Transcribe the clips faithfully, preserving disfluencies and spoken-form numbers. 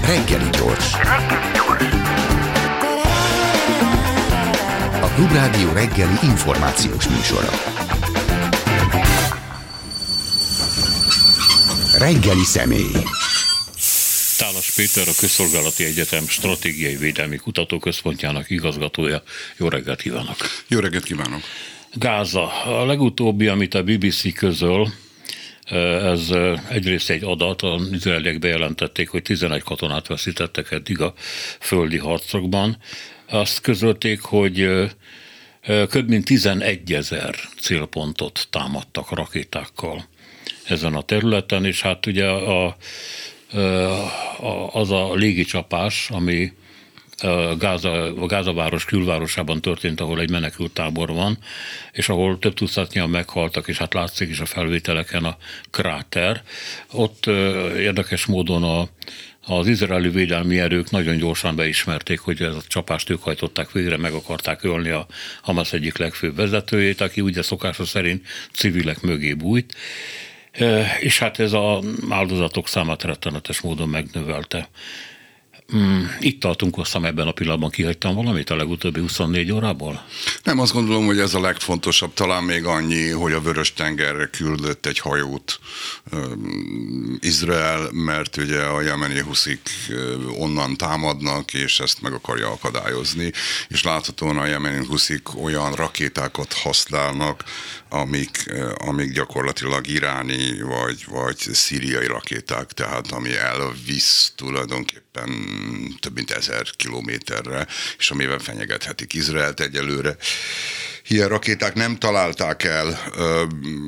Reggeli gyors. A Klubrádió reggeli információs műsora. Reggeli személy. Tálas Péter, a Közszolgálati Egyetem Stratégiai Védelmi Kutatóközpontjának igazgatója. Jó reggelt kívánok! Jó reggelt kívánok! Gáza. A legutóbbi, amit a bé bé cé közöl, ez egyrészt egy adat, az izraeliek bejelentették, hogy tizenegy katonát veszítettek eddig a földi harcokban. Azt közölték, hogy több mint tizenegyezer célpontot támadtak rakétákkal ezen a területen, és hát ugye a, a, az a légicsapás, ami Gáza, a Gázaváros külvárosában történt, ahol egy menekült tábor van, és ahol több tucatnyian meghaltak, és hát látszik is a felvételeken a kráter. Ott érdekes módon a Az izraeli védelmi erők nagyon gyorsan beismerték, hogy ez a csapást ők hajtották végre, meg akarták ölni a Hamas egyik legfőbb vezetőjét, aki ugye szokása szerint civilek mögé bújt, és hát ez az áldozatok számát rettenetes módon megnövelte. Itt tartunk, aztán ebben a pillanatban kihagytam valamit a legutóbbi huszonnégy órából? Nem, azt gondolom, hogy ez a legfontosabb, talán még annyi, hogy a Vörös-tengerre küldött egy hajót Izrael, mert ugye a jemeni huszik onnan támadnak, és ezt meg akarja akadályozni, és láthatóan a jemeni huszik olyan rakétákat használnak, amik, amik gyakorlatilag iráni vagy, vagy szíriai rakéták, tehát ami elvisz tulajdonképpen több mint ezer kilométerre, és amivel fenyegethetik Izraelt egyelőre. Ilyen rakéták nem találták el uh,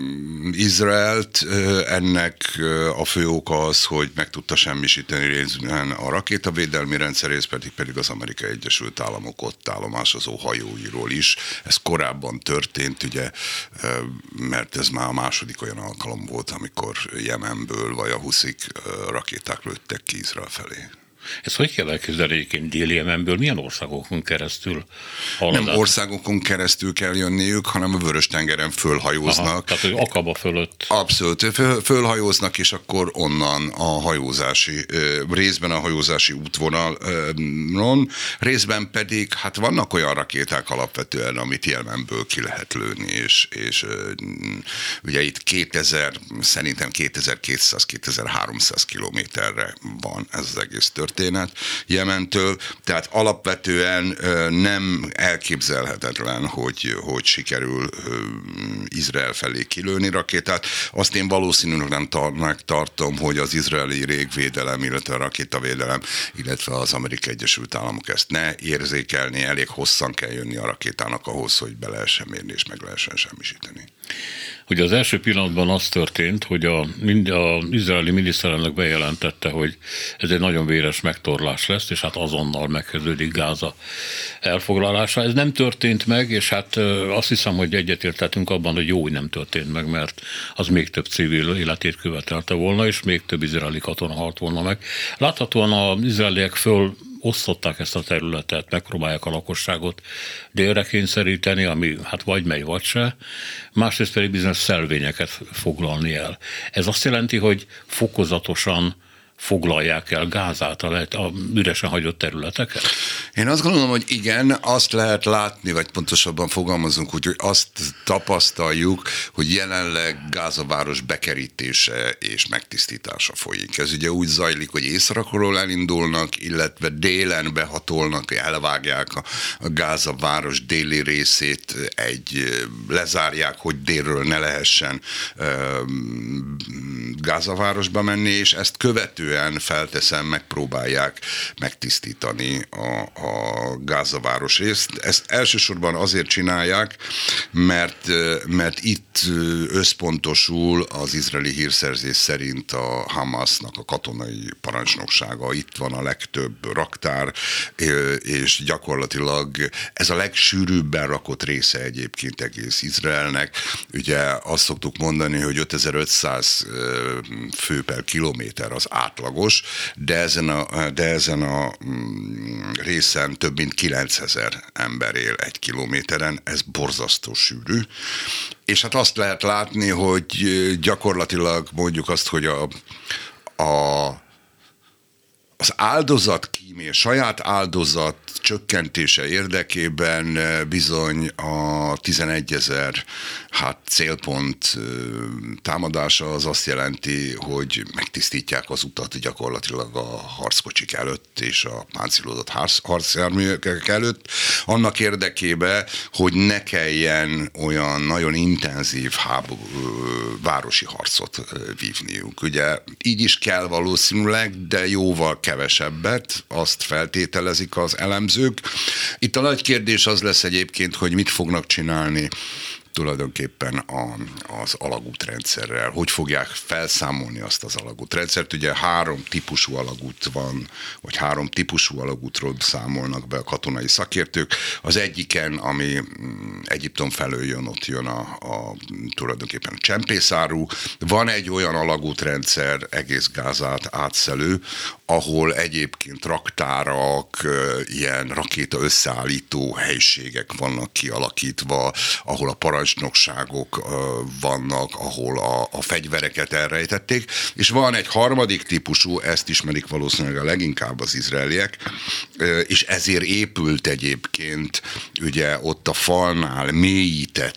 Izraelt, uh, ennek uh, a fő oka az, hogy meg tudta semmisíteni részben a rakétavédelmi rendszer, rész pedig, pedig az Amerikai Egyesült Államok ott állomásozó hajóiról is. Ez korábban történt, ugye, uh, mert ez már a második olyan alkalom volt, amikor Jemenből vagy a huszik uh, rakéták lőttek ki Izrael felé. Ez hogy kell elképzelni egyébként Déli Jemenből? Milyen országokon keresztül haladnak? Nem országokon keresztül kell jönniük, hanem a Vörös-tengeren fölhajóznak. Aha, tehát, hogy Akaba fölött. Abszolút. Föl, fölhajóznak, és akkor onnan a hajózási, részben a hajózási útvonalon, részben pedig, hát vannak olyan rakéták alapvetően, amit Jemenből ki lehet lőni, és, és ugye itt kétezer, szerintem kétezer-kétszáz-kétezer-háromszáz kilométerre van ez az egész történet. történet Jementől, tehát alapvetően nem elképzelhetetlen, hogy, hogy sikerül Izrael felé kilőni rakétát. Azt én valószínűleg tartom, hogy az izraeli régvédelem, illetve a rakétavédelem, illetve az Amerikai Egyesült Államok ezt ne érzékelni, elég hosszan kell jönni a rakétának ahhoz, hogy be lehessen mérni és meg lehessen semmisíteni. Ugye az első pillanatban az történt, hogy a, a izraeli miniszterelnök bejelentette, hogy ez egy nagyon véres megtorlás lesz, és hát azonnal megkezdődik Gáza elfoglalása. Ez nem történt meg, és hát azt hiszem, hogy egyetértettünk abban, hogy jó, hogy nem történt meg, mert az még több civil életét követelte volna, és még több izraeli katona halt volna meg. Láthatóan az izraeliek föl osztották ezt a területet, megpróbálják a lakosságot délre kényszeríteni, ami hát vagy megy, vagy se, másrészt pedig bizonyos szelvényeket foglalni el. Ez azt jelenti, hogy fokozatosan foglalják el Gázát, a, a üresen hagyott területeket? Én azt gondolom, hogy igen, azt lehet látni, vagy pontosabban fogalmazunk úgy, hogy azt tapasztaljuk, hogy jelenleg Gázaváros bekerítése és megtisztítása folyik. Ez ugye úgy zajlik, hogy északról elindulnak, illetve délen behatolnak, elvágják a, a Gázaváros déli részét, egy, lezárják, hogy délről ne lehessen um, Gázavárosba menni, és ezt követően felteszem, megpróbálják megtisztítani a, a Gázaváros részt. Ezt elsősorban azért csinálják, mert, mert itt összpontosul az izraeli hírszerzés szerint a Hamasnak a katonai parancsnoksága. Itt van a legtöbb raktár, és gyakorlatilag ez a legsűrűbben rakott része egyébként egész Izraelnek. Ugye azt szoktuk mondani, hogy ötezer-ötszáz fő per kilométer az átlagos, de ezen a, de ezen a részen több mint kilencezer ember él egy kilométeren, ez borzasztó sűrű. És hát azt lehet látni, hogy gyakorlatilag mondjuk azt, hogy a, a az az áldozat kímél, saját áldozat csökkentése érdekében bizony a tizenegyezer hát célpont támadása az azt jelenti, hogy megtisztítják az utat gyakorlatilag a harckocsik előtt és a páncélozott harcjárművek előtt, annak érdekében, hogy ne kelljen olyan nagyon intenzív háború, városi harcot vívniuk. Ugye így is kell valószínűleg, de jóval kevesebbet, azt feltételezik az elemzők. Itt a nagy kérdés az lesz egyébként, hogy mit fognak csinálni tulajdonképpen a, az alagútrendszerrel. Hogy fogják felszámolni azt az alagútrendszert? Ugye három típusú alagút van, vagy három típusú alagútról számolnak be a katonai szakértők. Az egyiken, ami Egyiptom felől jön, ott jön a, a tulajdonképpen a csempészáru. Van egy olyan alagútrendszer, egész Gázát átszelő, ahol egyébként raktárak, ilyen rakéta összeállító helységek vannak kialakítva, ahol a parancsnokságok vannak, ahol a, a fegyvereket elrejtették, és van egy harmadik típusú, ezt ismerik valószínűleg a leginkább az izraeliek, és ezért épült egyébként ugye ott a falnál mélyített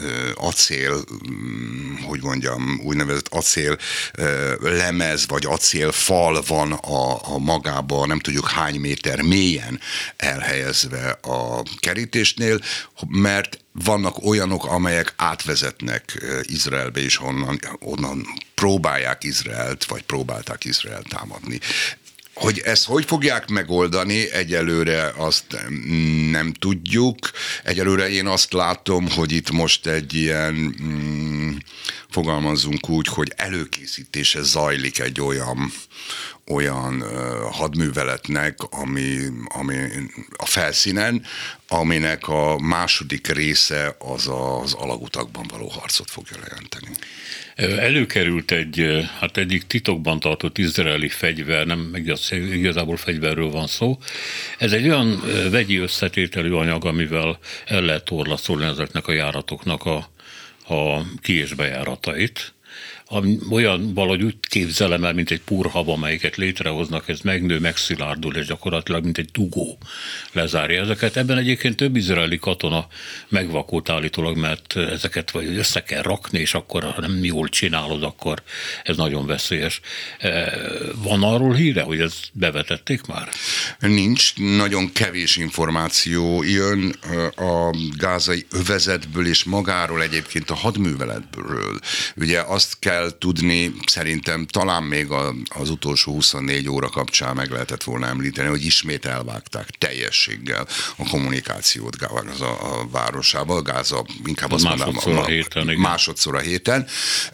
acél, hogy mondjam, úgynevezett acél lemez, vagy acél fal van a, a magában, nem tudjuk hány méter mélyen elhelyezve a kerítésnél, mert vannak olyanok, amelyek átvezetnek Izraelbe, és onnan, onnan próbálják Izraelt, vagy próbálták Izraelt támadni. Hogy ezt hogy fogják megoldani, egyelőre azt nem tudjuk. Egyelőre én azt látom, hogy itt most egy ilyen, mm, fogalmazzunk úgy, hogy előkészítése zajlik egy olyan, olyan uh, hadműveletnek, ami, ami a felszínen, aminek a második része az az alagutakban való harcot fogja jelenteni. Előkerült egy, hát egyik titokban tartott izraeli fegyver, nem igazából fegyverről van szó. Ez egy olyan vegyi összetételű anyag, amivel el lehet torlaszolni ezeknek a járatoknak a, a ki- és bejáratait. Olyan valahogy úgy képzelem el, mint egy purhab, amelyiket létrehoznak, ez megnő, megszilárdul, és gyakorlatilag mint egy dugó lezárja ezeket. Ebben egyébként több izraeli katona megvakult állítólag, mert ezeket vagy össze kell rakni, és akkor, ha nem jól csinálod, akkor ez nagyon veszélyes. Van arról híre, hogy ezt bevetették már? Nincs, nagyon kevés információ jön a gázai övezetből, és magáról egyébként a hadműveletből. Ugye azt kell tudni, szerintem talán még az utolsó huszonnégy óra kapcsán meg lehetett volna említeni, hogy ismét elvágták teljességgel a kommunikációt Gáza a városával, Gáza inkább azt másodszor mondanám, a héten, igen. másodszor a héten,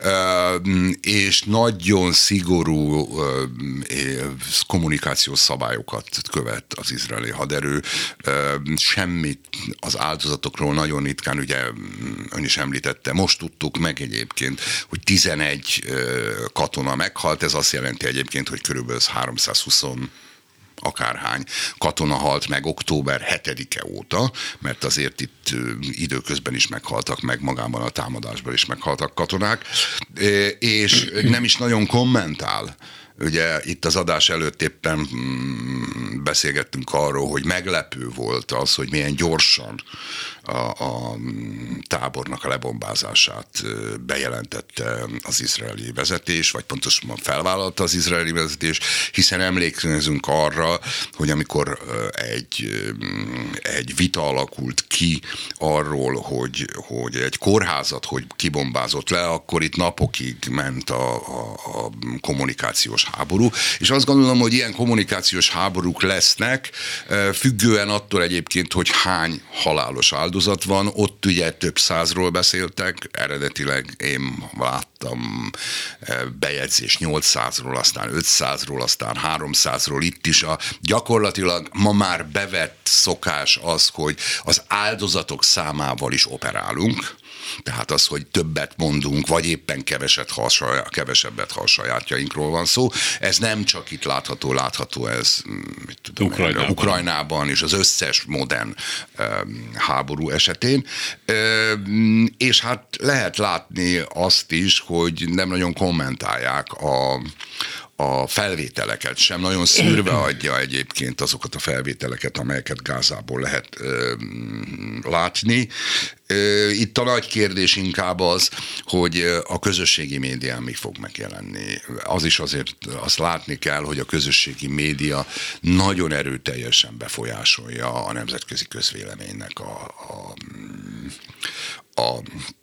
és nagyon szigorú kommunikációs szabályokat követ az izraeli haderő. Semmit az áldozatokról nagyon ritkán, ugye ön is említette, most tudtuk meg egyébként, hogy tizenegy katona meghalt, ez azt jelenti egyébként, hogy körülbelül háromszázhúsz akárhány katona halt meg október hetedike óta, mert azért itt időközben is meghaltak meg, magában a támadásban is meghaltak katonák, és nem is nagyon kommentál. Ugye itt az adás előtt éppen beszélgettünk arról, hogy meglepő volt az, hogy milyen gyorsan a, a tábornak a lebombázását bejelentette az izraeli vezetés, vagy pontosabban felvállalta az izraeli vezetés, hiszen emlékezünk arra, hogy amikor egy, egy vita alakult ki arról, hogy, hogy egy kórházat hogy kibombázott le, akkor itt napokig ment a, a, a kommunikációs háború, és azt gondolom, hogy ilyen kommunikációs háborúk lesznek, függően attól egyébként, hogy hány halálos áldozat van, ott ugye több százról beszéltek, eredetileg én láttam bejegyzés nyolcszázról, aztán ötszázról, aztán háromszázról, itt is a gyakorlatilag ma már bevett szokás az, hogy az áldozatok számával is operálunk, tehát az, hogy többet mondunk, vagy éppen keveset, ha saját, kevesebbet, ha a sajátjainkról van szó. Ez nem csak itt látható, látható ez mit tudom, Ukrajnában. Ukrajnában és az összes modern um, háború esetén. Um, és hát lehet látni azt is, hogy nem nagyon kommentálják a, a felvételeket, sem nagyon szűrve adja egyébként azokat a felvételeket, amelyeket Gázából lehet ö, látni. Ö, itt a nagy kérdés inkább az, hogy a közösségi médián mi fog megjelenni. Az is azért azt látni kell, hogy a közösségi média nagyon erőteljesen befolyásolja a nemzetközi közvéleménynek a, a, a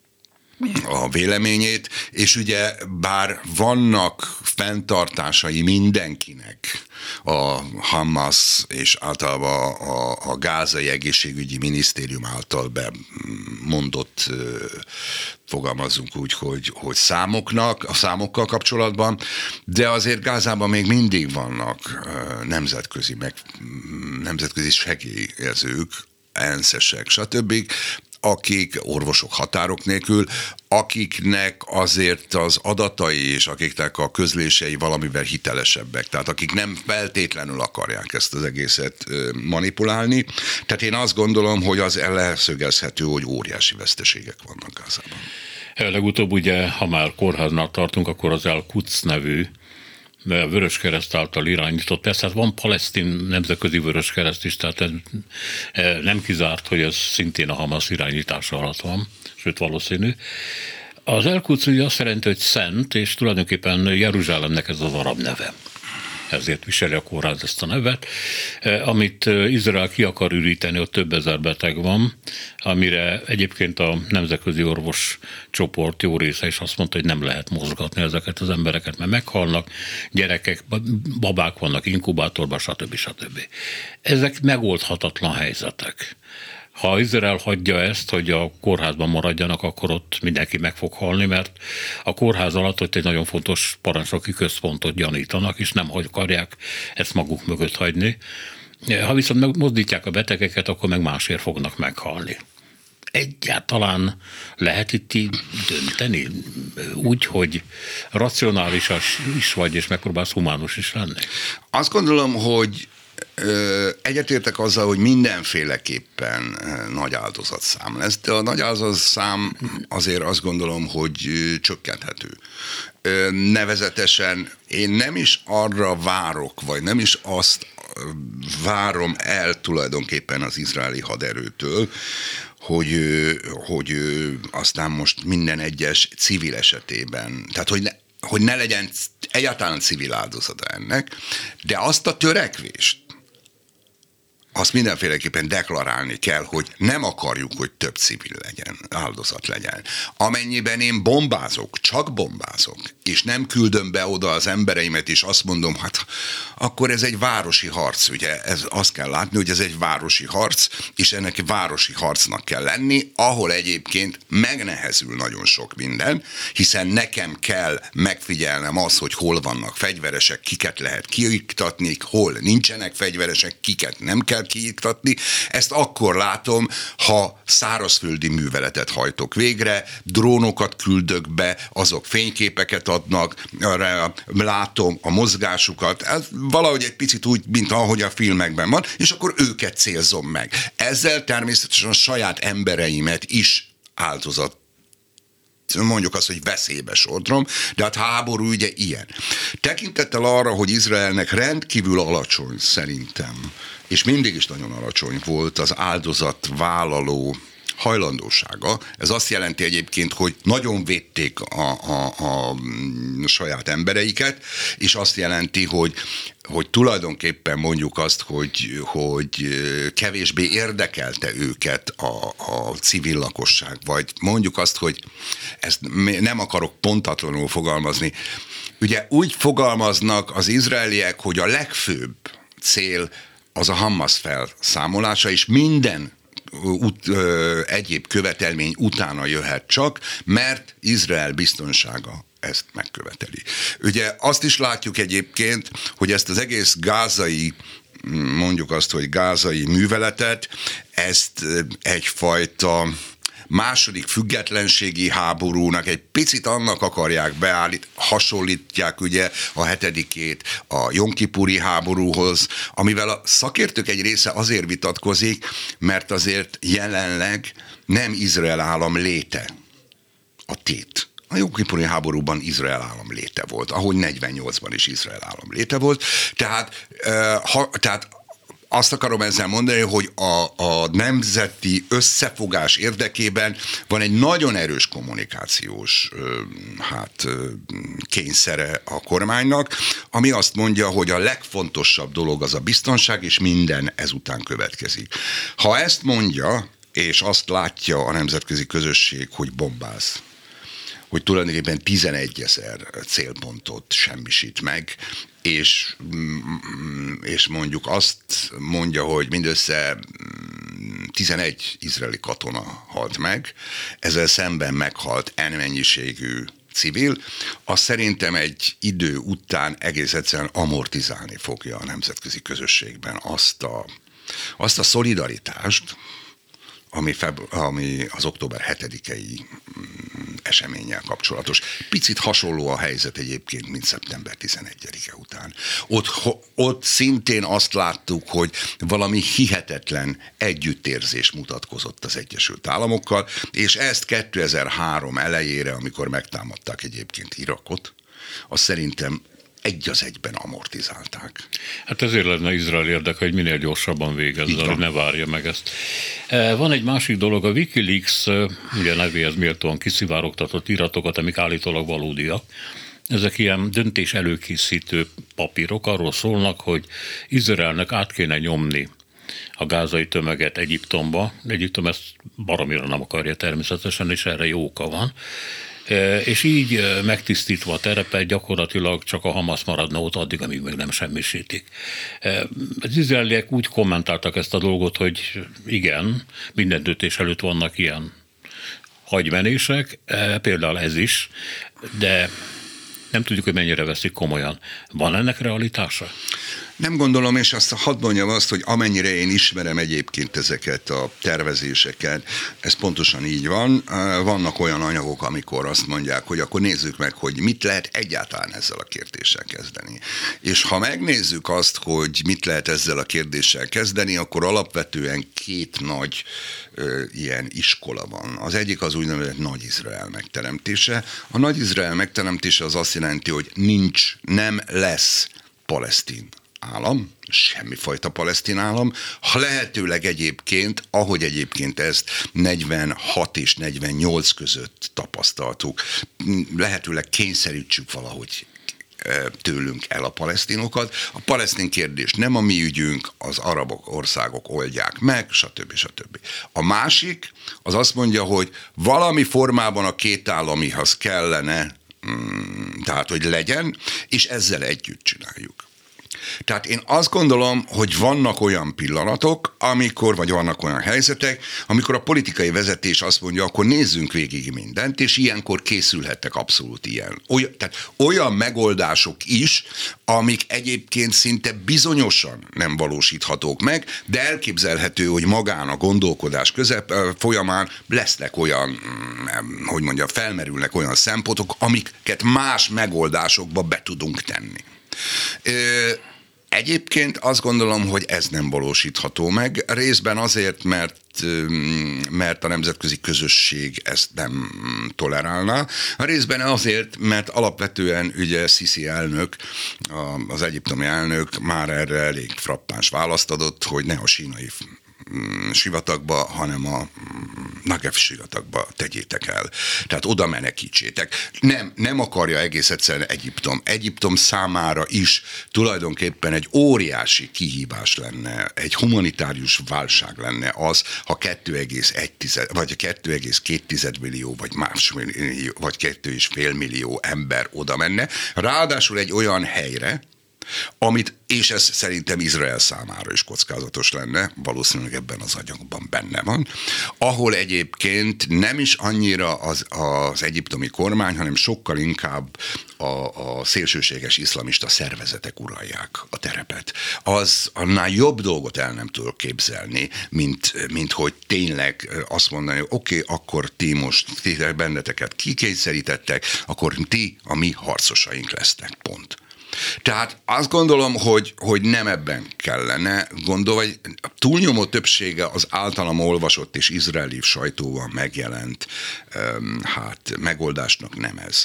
a véleményét, és ugye bár vannak fenntartásai mindenkinek a Hamas és általában a, a gázai egészségügyi minisztérium által bemondott, fogalmazunk úgy, hogy, hogy számoknak, a számokkal kapcsolatban, de azért Gázában még mindig vannak nemzetközi, meg, nemzetközi segélyezők, enszesek, stb., akik orvosok határok nélkül, akiknek azért az adatai és akiknek a közlései valamivel hitelesebbek, tehát akik nem feltétlenül akarják ezt az egészet manipulálni. Tehát én azt gondolom, hogy az leszögezhető, hogy óriási veszteségek vannak Gázában. Legutóbb ugye, ha már kórháznál tartunk, akkor az El-Quds nevű a Vöröskereszt által irányított. Persze hát van palesztin nemzetközi Vöröskereszt is, tehát ez nem kizárt, hogy ez szintén a Hamas irányítása alatt van, sőt valószínű. Az El-Quds ugye azt jelenti, hogy szent, és tulajdonképpen Jeruzsálemnek ez az arab neve. Ezért viseli a kórház ezt a nevet. Amit Izrael ki akar üríteni, ott több ezer beteg van, amire egyébként a nemzetközi orvos csoport jó része is azt mondta, hogy nem lehet mozgatni ezeket az embereket, mert meghalnak, gyerekek, babák vannak inkubátorban, stb. stb. Ezek megoldhatatlan helyzetek. Ha Izrael hagyja ezt, hogy a kórházban maradjanak, akkor ott mindenki meg fog halni, mert a kórház alatt ott egy nagyon fontos parancsnoki központot gyanítanak, és nem akarják ezt maguk mögött hagyni. Ha viszont megmozdítják a betegeket, akkor meg másért fognak meghalni. Egyáltalán lehet itt így dönteni úgy, hogy racionális is vagy, és megpróbálsz humánus is lenni? Azt gondolom, hogy egyetértek azzal, hogy mindenféleképpen nagy áldozatszám lesz, de a nagy áldozatszám azért azt gondolom, hogy csökkenthető. Nevezetesen én nem is arra várok, vagy nem is azt várom el tulajdonképpen az izraeli haderőtől, hogy, hogy aztán most minden egyes civil esetében, tehát hogy ne, hogy ne legyen egyáltalán civil áldozata ennek, de azt a törekvést, azt mindenféleképpen deklarálni kell, hogy nem akarjuk, hogy több civil legyen, áldozat legyen. Amennyiben én bombázok, csak bombázok, és nem küldöm be oda az embereimet, és azt mondom, hát akkor ez egy városi harc, ugye, ez, azt kell látni, hogy ez egy városi harc, és ennek városi harcnak kell lenni, ahol egyébként megnehezül nagyon sok minden, hiszen nekem kell megfigyelnem az, hogy hol vannak fegyveresek, kiket lehet kiiktatni, hol nincsenek fegyveresek, kiket nem kell kiiktatni. Ezt akkor látom, ha szárazföldi műveletet hajtok végre, drónokat küldök be, azok fényképeket adnak, látom a mozgásukat, ez valahogy egy picit úgy, mint ahogy a filmekben van, és akkor őket célzom meg. Ezzel természetesen a saját embereimet is áldozat, mondjuk azt, hogy veszélybe sodrom, de hát háború ugye ilyen. Tekintettel arra, hogy Izraelnek rendkívül alacsony szerintem, és mindig is nagyon alacsony volt az áldozatvállaló hajlandósága. Ez azt jelenti egyébként, hogy nagyon védték a, a, a saját embereiket, és azt jelenti, hogy hogy tulajdonképpen mondjuk azt, hogy, hogy kevésbé érdekelte őket a, a civil lakosság, vagy mondjuk azt, hogy ezt nem akarok pontatlanul fogalmazni. Ugye úgy fogalmaznak az izraeliek, hogy a legfőbb cél az a Hamas felszámolása, és minden Ut, ö, egyéb követelmény utána jöhet csak, mert Izrael biztonsága ezt megköveteli. Ugye azt is látjuk egyébként, hogy ezt az egész gázai, mondjuk azt, hogy gázai műveletet, ezt egyfajta második függetlenségi háborúnak egy picit annak akarják beállít, hasonlítják ugye a hetedikét a Jom-Kipuri háborúhoz, amivel a szakértők egy része azért vitatkozik, mert azért jelenleg nem Izrael állam léte a tét, a Jom Kipuri háborúban Izrael állam léte volt, ahogy negyvennyolcban is Izrael állam léte volt. Tehát, ha, tehát azt akarom ezzel mondani, hogy a, a nemzeti összefogás érdekében van egy nagyon erős kommunikációs hát, kényszere a kormánynak, ami azt mondja, hogy a legfontosabb dolog az a biztonság, és minden ezután következik. Ha ezt mondja, és azt látja a nemzetközi közösség, hogy bombáz, hogy tulajdonképpen tizenegyezer célpontot semmisít meg, és, és mondjuk azt mondja, hogy mindössze tizenegy izraeli katona halt meg, ezzel szemben meghalt N mennyiségű civil, az szerintem egy idő után egész egyszerűen amortizálni fogja a nemzetközi közösségben azt a, azt a szolidaritást, ami, febru- ami az október hetedikei eseménnyel kapcsolatos. Picit hasonló a helyzet egyébként, mint szeptember tizenegyedike után. Ott, ott szintén azt láttuk, hogy valami hihetetlen együttérzés mutatkozott az Egyesült Államokkal, és ezt kétezer-három elejére, amikor megtámadták egyébként Irakot, azt szerintem egy az egyben amortizálták. Hát ezért lenne Izrael érdeke, hogy minél gyorsabban végezzen, hogy ne várja meg ezt. Van egy másik dolog, a Wikileaks, ugye nevéhez méltóan kiszivárogtatott iratokat, amik állítólag valódiak. Ezek ilyen döntés előkészítő papírok, arról szólnak, hogy Izraelnek át kéne nyomni a gázai tömeget Egyiptomba. Egyiptom ezt baromira nem akarja természetesen, és erre jó oka van. És így megtisztítva a terepet gyakorlatilag csak a Hamas maradna ott addig, amíg meg nem semmisítik. Az izraeliek úgy kommentáltak ezt a dolgot, hogy igen, minden döntés előtt vannak ilyen hagymenések, például ez is, de nem tudjuk, hogy mennyire veszik komolyan. Van ennek realitása? Nem gondolom, és azt hadd mondjam azt, hogy amennyire én ismerem egyébként ezeket a tervezéseket, ez pontosan így van. Vannak olyan anyagok, amikor azt mondják, hogy akkor nézzük meg, hogy mit lehet egyáltalán ezzel a kérdéssel kezdeni. És ha megnézzük azt, hogy mit lehet ezzel a kérdéssel kezdeni, akkor alapvetően két nagy ö, ilyen iskola van. Az egyik az úgynevezett Nagy Izrael megteremtése. A Nagy Izrael megteremtése az azt jelenti, hogy nincs, nem lesz palesztin állam, semmifajta palesztin állam, ha lehetőleg egyébként, ahogy egyébként ezt negyvenhat és negyvennyolc között tapasztaltuk, lehetőleg kényszerítsük valahogy tőlünk el a palesztinokat. A palesztin kérdés nem a mi ügyünk, az arabok országok oldják meg, stb. stb. A másik, az azt mondja, hogy valami formában a két államihoz kellene, tehát hogy legyen, és ezzel együtt csináljuk. Tehát én azt gondolom, hogy vannak olyan pillanatok, amikor, vagy vannak olyan helyzetek, amikor a politikai vezetés azt mondja, akkor nézzünk végig mindent, és ilyenkor készülhettek abszolút ilyen. Olyan, tehát olyan megoldások is, amik egyébként szinte bizonyosan nem valósíthatók meg, de elképzelhető, hogy magán a gondolkodás közep folyamán lesznek olyan, hogy mondjam, felmerülnek olyan szempontok, amiket más megoldásokba be tudunk tenni. Egyébként azt gondolom, hogy ez nem valósítható meg, részben azért, mert, mert a nemzetközi közösség ezt nem tolerálná, a részben azért, mert alapvetően ugye Sisi elnök, az egyiptomi elnök már erre elég frappáns választ adott, hogy ne a sínai sivatagba, hanem a Negev sivatagba tegyétek el. Tehát oda menekítsétek. Nem, nem akarja egész egyszerűen Egyiptom. Egyiptom számára is tulajdonképpen egy óriási kihívás lenne, egy humanitárius válság lenne az, ha kettő egész egy vagy kettő egész két millió, vagy más millió, vagy kettő és fél millió ember oda menne. Ráadásul egy olyan helyre, amit, és ez szerintem Izrael számára is kockázatos lenne, valószínűleg ebben az anyagban benne van, ahol egyébként nem is annyira az, az egyiptomi kormány, hanem sokkal inkább a, a szélsőséges iszlamista szervezetek uralják a terepet. Az annál jobb dolgot el nem tudok képzelni, mint, mint hogy tényleg azt mondani, hogy oké, okay, akkor ti most ti benneteket kikényszerítettek, akkor ti a mi harcosaink lesznek, pont. Tehát azt gondolom, hogy, hogy nem ebben kellene gondolni, vagy túlnyomó többsége az általam olvasott és izraeli sajtóban megjelent hát megoldásnak nem ez.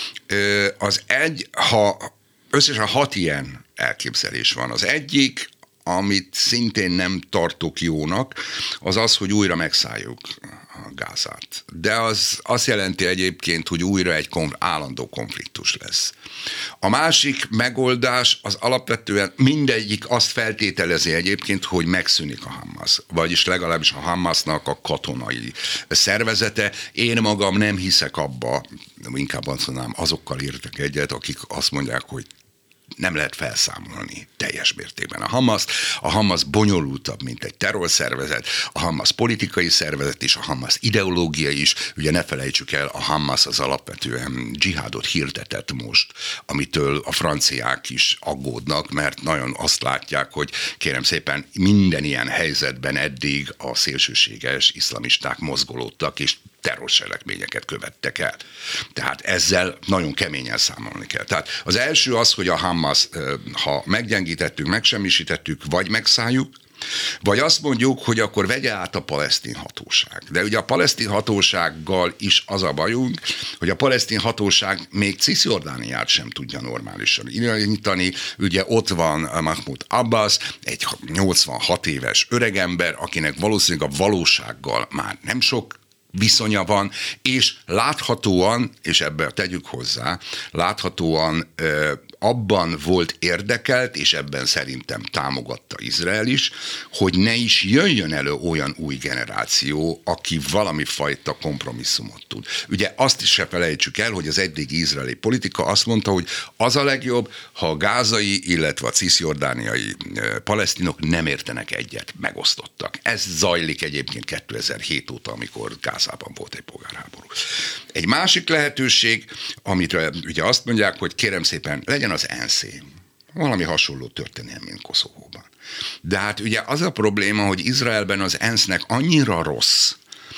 Az egy, ha összesen hat ilyen elképzelés van. Az egyik, amit szintén nem tartok jónak, az az, hogy újra megszálljuk a Gázát. De az azt jelenti egyébként, hogy újra egy konf- állandó konfliktus lesz. A másik megoldás az alapvetően mindegyik azt feltételezi egyébként, hogy megszűnik a Hamas, vagyis legalábbis a Hamasnak a katonai szervezete. Én magam nem hiszek abba, inkább azt mondanám, azokkal értek egyet, akik azt mondják, hogy nem lehet felszámolni teljes mértékben a Hamaszt. A Hamas bonyolultabb, mint egy terrorszervezet, a Hamas politikai szervezet is, a Hamas ideológia is. Ugye ne felejtsük el, a Hamas az alapvetően dzsihádot hirdetett most, amitől a franciák is aggódnak, mert nagyon azt látják, hogy kérem szépen minden ilyen helyzetben eddig a szélsőséges iszlamisták mozgolódtak, és terrorcselekményeket követtek el. Tehát ezzel nagyon keményen számolni kell. Tehát az első az, hogy a Hamas, ha meggyengítettük, megsemmisítettük, vagy megszálljuk, vagy azt mondjuk, hogy akkor vegye át a palesztin hatóság. De ugye a palesztin hatósággal is az a bajunk, hogy a palesztin hatóság még Cisjordániát sem tudja normálisan irányítani. Ugye ott van Mahmoud Abbas, egy nyolcvanhat éves öregember, akinek valószínűleg a valósággal már nem sok viszonya van, és láthatóan, és ebben tegyük hozzá, láthatóan ö, abban volt érdekelt, és ebben szerintem támogatta Izrael is, hogy ne is jöjjön elő olyan új generáció, aki valami fajta kompromisszumot tud. Ugye azt is se felejtsük el, hogy az eddigi izraeli politika azt mondta, hogy az a legjobb, ha a gázai, illetve a cisjordániai palesztinok nem értenek egyet, megosztottak. Ez zajlik egyébként kétezer-hét óta, amikor Gázában volt egy polgárháború. Egy másik lehetőség, amit ugye azt mondják, hogy kérem szépen, legyen az ENSZ-é. Valami hasonló történelmi, mint Koszovóban. De hát ugye az a probléma, hogy Izraelben az ENSZ-nek annyira rossz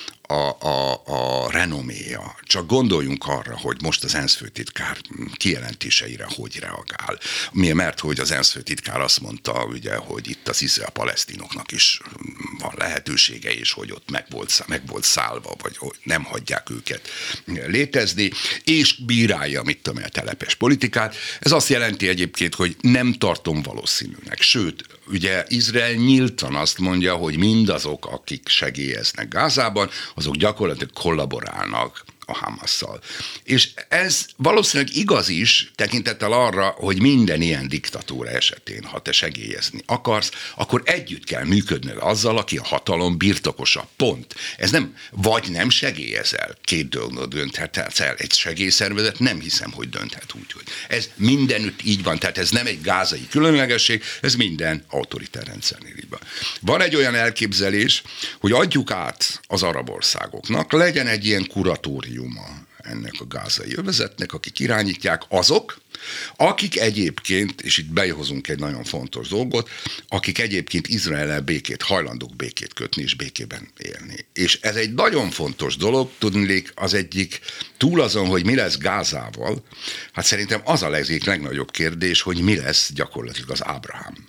a, a, a renoméja. Csak gondoljunk arra, hogy most az ENSZ főtitkár kijelentéseire hogy reagál. Mi, mert hogy az ENSZ főtitkár azt mondta, ugye, hogy itt az izrael palesztinoknak is van lehetősége, és hogy ott meg volt, meg volt szállva, vagy nem hagyják őket létezni, és bírálja, mit tudom, a telepes politikát. Ez azt jelenti egyébként, hogy nem tartom valószínűnek. Sőt, ugye Izrael nyíltan azt mondja, hogy mindazok, akik segélyeznek Gázában, azok gyakorlatilag kollaborálnak a Hamasszal. És ez valószínűleg igaz is, tekintettel arra, hogy minden ilyen diktatúra esetén, ha te segélyezni akarsz, akkor együtt kell működnöd azzal, aki a hatalom birtokosa. Pont. Ez nem, vagy nem segélyezel. Két dolgot dönthetsz el. Egy segélyszervezet nem hiszem, hogy dönthet úgy, hogy ez mindenütt így van. Tehát ez nem egy gázai különlegesség, ez minden autoritár rendszernél így van. Van egy olyan elképzelés, hogy adjuk át az arab országoknak, legyen egy ilyen kuratórium ennek a gázai övezetnek, akik irányítják, azok, akik egyébként, és itt behozunk egy nagyon fontos dolgot, akik egyébként Izraellel békét, hajlandók békét kötni és békében élni. És ez egy nagyon fontos dolog, tudniillik az egyik, túl azon, hogy mi lesz Gázával, hát szerintem az a egyik legnagyobb kérdés, hogy mi lesz gyakorlatilag az Ábrahám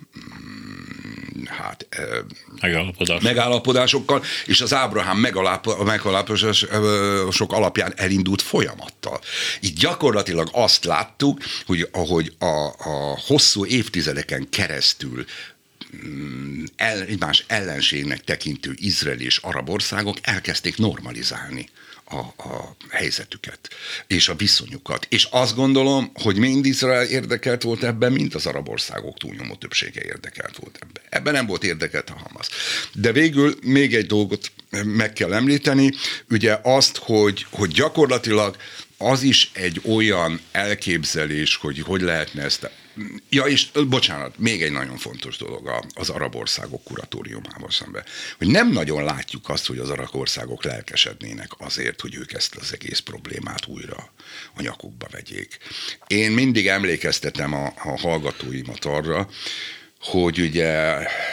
hát, Megállapodás. megállapodásokkal, és az Ábrahám megállapodások alapján elindult folyamattal. Itt gyakorlatilag azt láttuk, hogy ahogy a, a hosszú évtizedeken keresztül el, egymás ellenségnek tekintő izrael és arab országok elkezdték normalizálni A, a helyzetüket, és a viszonyukat. És azt gondolom, hogy mind Izrael érdekelt volt ebben, mind az arab országok túlnyomó többsége érdekelt volt ebben. Ebben nem volt érdekelt a Hamas. De végül még egy dolgot meg kell említeni, ugye azt, hogy, hogy gyakorlatilag az is egy olyan elképzelés, hogy hogy lehetne ezt. Ja, és bocsánat, még egy nagyon fontos dolog az arab országok kuratóriumával szemben, hogy nem nagyon látjuk azt, hogy az arab országok lelkesednének azért, hogy ők ezt az egész problémát újra a nyakukba vegyék. Én mindig emlékeztetem a, a hallgatóimat arra, hogy ugye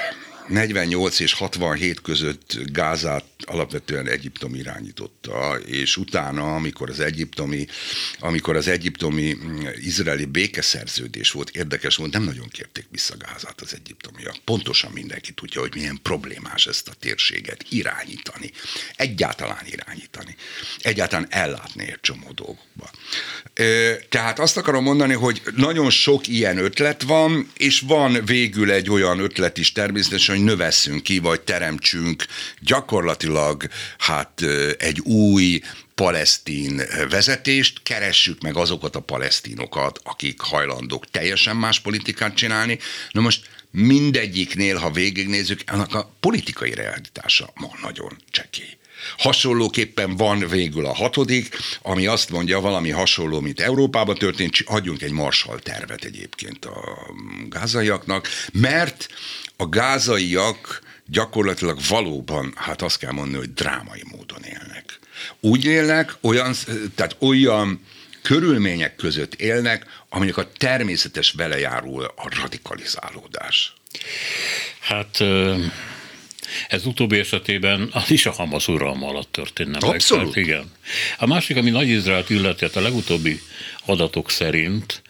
negyvennyolc és hatvanhét között Gázát alapvetően Egyiptom irányította, és utána, amikor az egyiptomi, amikor az egyiptomi izraeli békeszerződés volt, érdekes volt, nem nagyon kérték vissza Gázát az egyiptomiak. Pontosan mindenki tudja, hogy milyen problémás ezt a térséget irányítani. Egyáltalán irányítani. Egyáltalán ellátni egy csomó dolgokba. Tehát azt akarom mondani, hogy nagyon sok ilyen ötlet van, és van végül egy olyan ötlet is természetesen, hogy növesszünk ki, vagy teremtsünk gyakorlatilag hát egy új palesztin vezetést, keressük meg azokat a palesztinokat, akik hajlandók teljesen más politikát csinálni. Na most mindegyiknél, ha végignézzük, annak a politikai realitása ma nagyon csekély. Hasonlóképpen van végül a hatodik, ami azt mondja, valami hasonló, mint Európában történt, adjunk egy Marshall tervet egyébként a gázaiaknak, mert a gázaiak gyakorlatilag valóban, hát azt kell mondani, hogy drámai módon élnek. Úgy élnek, olyan, tehát olyan körülmények között élnek, aminek a természetes vele járul a radikalizálódás. Hát... Ez utóbbi esetében az is a Hamasz uralma alatt történne meg. Abszolút. Tehát igen. A másik, ami Nagy-Izraelt illeti, a legutóbbi adatok szerint,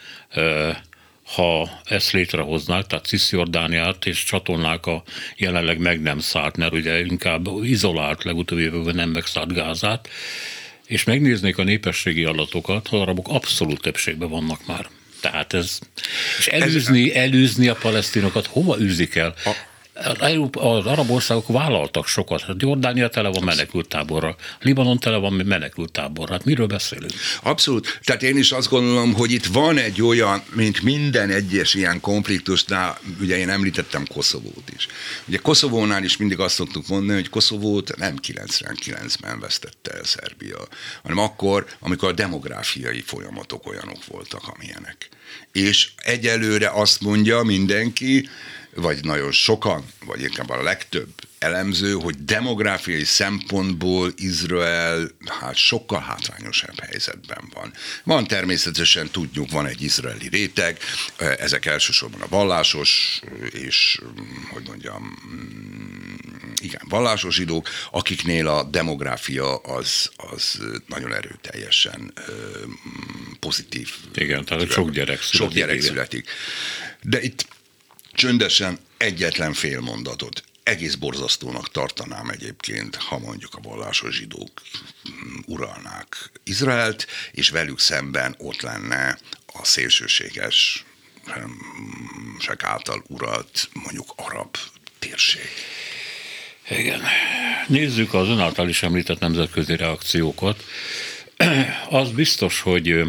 ha ezt létrehoznák, tehát Cisjordániát és csatolnák a jelenleg meg nem szállt, mert ugye inkább izolált legutóbbi években nem megszállt Gázát, és megnéznék a népességi adatokat, az arabok abszolút többségben vannak már. Tehát ez, és elűzni, elűzni a palesztinokat, hova űzik el? A Az arab országok vállaltak sokat. Jordánia tele van menekülttáborral, Libanon tele van menekülttáborral. Hát miről beszélünk? Abszolút. Tehát én is azt gondolom, hogy itt van egy olyan, mint minden egyes ilyen konfliktusnál, ugye én említettem Koszovót is. Ugye Koszovónál is mindig azt szoktuk mondani, hogy Koszovót nem kilencvenkilencben vesztette el Szerbia, hanem akkor, amikor a demográfiai folyamatok olyanok voltak, amilyenek. És egyelőre azt mondja mindenki, vagy nagyon sokan, vagy inkább a legtöbb elemző, hogy demográfiai szempontból Izrael hát sokkal hátrányosabb helyzetben van. Van természetesen, tudjuk, van egy izraeli réteg, ezek elsősorban a vallásos és, hogy mondjam, igen, vallásos zsidók, akiknél a demográfia az, az nagyon erőteljesen pozitív. Igen, tehát sok gyerek születik. Sok gyerek születik. De itt csöndesen egyetlen fél mondatot. Egész borzasztónak tartanám egyébként, ha mondjuk a vallásos zsidók uralnák Izraelt, és velük szemben ott lenne a szélsőséges által uralt mondjuk arab térség. Igen. Nézzük az ön által is említett nemzetközi reakciókat. Az biztos, hogy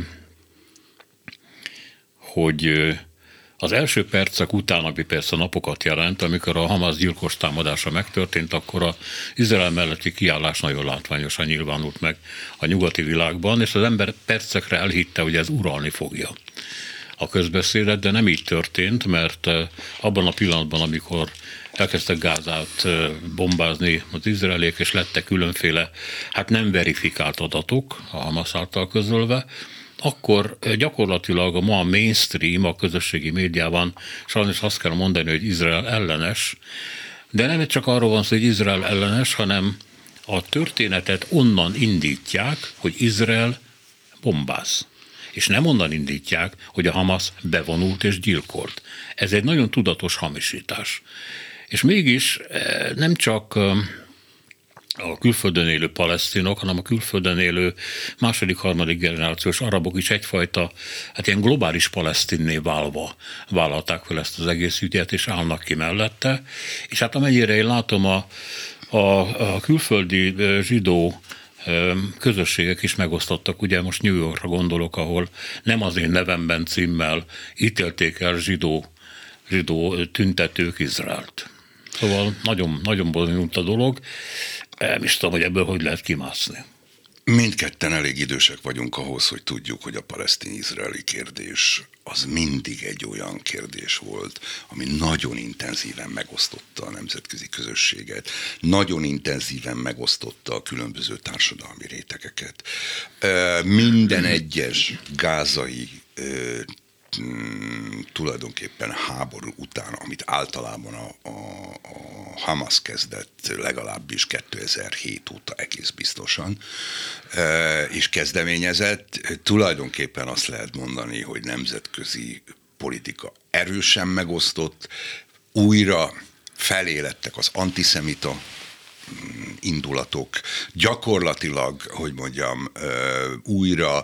hogy az első percek után, ami persze napokat jelent, amikor a Hamasz gyilkos támadása megtörtént, akkor az Izrael melletti kiállás nagyon látványosan nyilvánult meg a nyugati világban, és az ember percekre elhitte, hogy ez uralni fogja a közbeszédet, de nem így történt, mert abban a pillanatban, amikor elkezdtek Gázát bombázni az izraeliek, és lettek különféle, hát nem verifikált adatok a Hamasz által közölve, akkor gyakorlatilag a ma a mainstream, a közösségi médiában sajnos azt kell mondani, hogy Izrael ellenes, de nem csak arról van szó, hogy Izrael ellenes, hanem a történetet onnan indítják, hogy Izrael bombáz. És nem onnan indítják, hogy a Hamasz bevonult és gyilkolt. Ez egy nagyon tudatos hamisítás. És mégis nem csak a külföldön élő palesztinok, hanem a külföldön élő második, harmadik generációs arabok is egyfajta, hát ilyen globális palesztinné válva vállalták fel ezt az egész ügyet, és állnak ki mellette. És hát amennyire én látom, a, a, a külföldi zsidó közösségek is megosztottak, ugye most New Yorkra gondolok, ahol nem az én nevemben címmel ítélték el zsidó, zsidó tüntetők Izraelt. Szóval nagyon, nagyon bonyolult a dolog. Nem is tudom, hogy ebből hogy lehet kimászni. Mindketten elég idősek vagyunk ahhoz, hogy tudjuk, hogy a palesztin-izraeli kérdés az mindig egy olyan kérdés volt, ami nagyon intenzíven megosztotta a nemzetközi közösséget, nagyon intenzíven megosztotta a különböző társadalmi rétegeket. Minden egyes gázai tulajdonképpen háború után, amit általában a, a, a Hamas kezdett legalábbis kétezer-hét óta egész biztosan, és kezdeményezett. Tulajdonképpen azt lehet mondani, hogy nemzetközi politika erősen megosztott, újra felélettek az antiszemita indulatok, gyakorlatilag, hogy mondjam, újra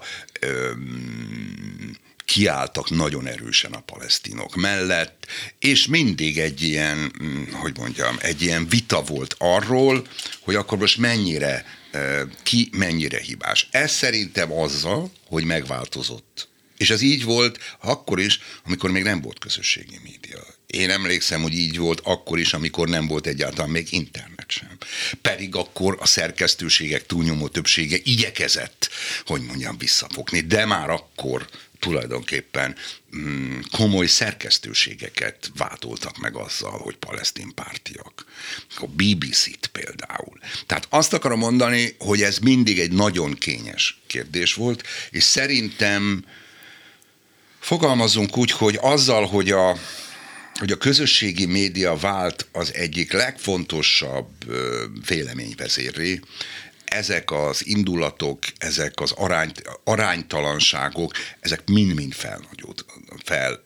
kiálltak nagyon erősen a palesztinok mellett, és mindig egy ilyen, hogy mondjam, egy ilyen vita volt arról, hogy akkor most mennyire, ki mennyire hibás. Ez szerintem azzal, hogy megváltozott. És ez így volt akkor is, amikor még nem volt közösségi média. Én emlékszem, hogy így volt akkor is, amikor nem volt egyáltalán még internet sem. Pedig akkor a szerkesztőségek túlnyomó többsége igyekezett, hogy mondjam, visszafogni, de már akkor tulajdonképpen mm, komoly szerkesztőségeket vádoltak meg azzal, hogy palesztin pártiak. A bé bé cét például. Tehát azt akarom mondani, hogy ez mindig egy nagyon kényes kérdés volt, és szerintem fogalmazunk úgy, hogy azzal, hogy a, hogy a közösségi média vált az egyik legfontosabb véleményvezérré, ezek az indulatok, ezek az arány, aránytalanságok, ezek mind-mind felnagyult, fel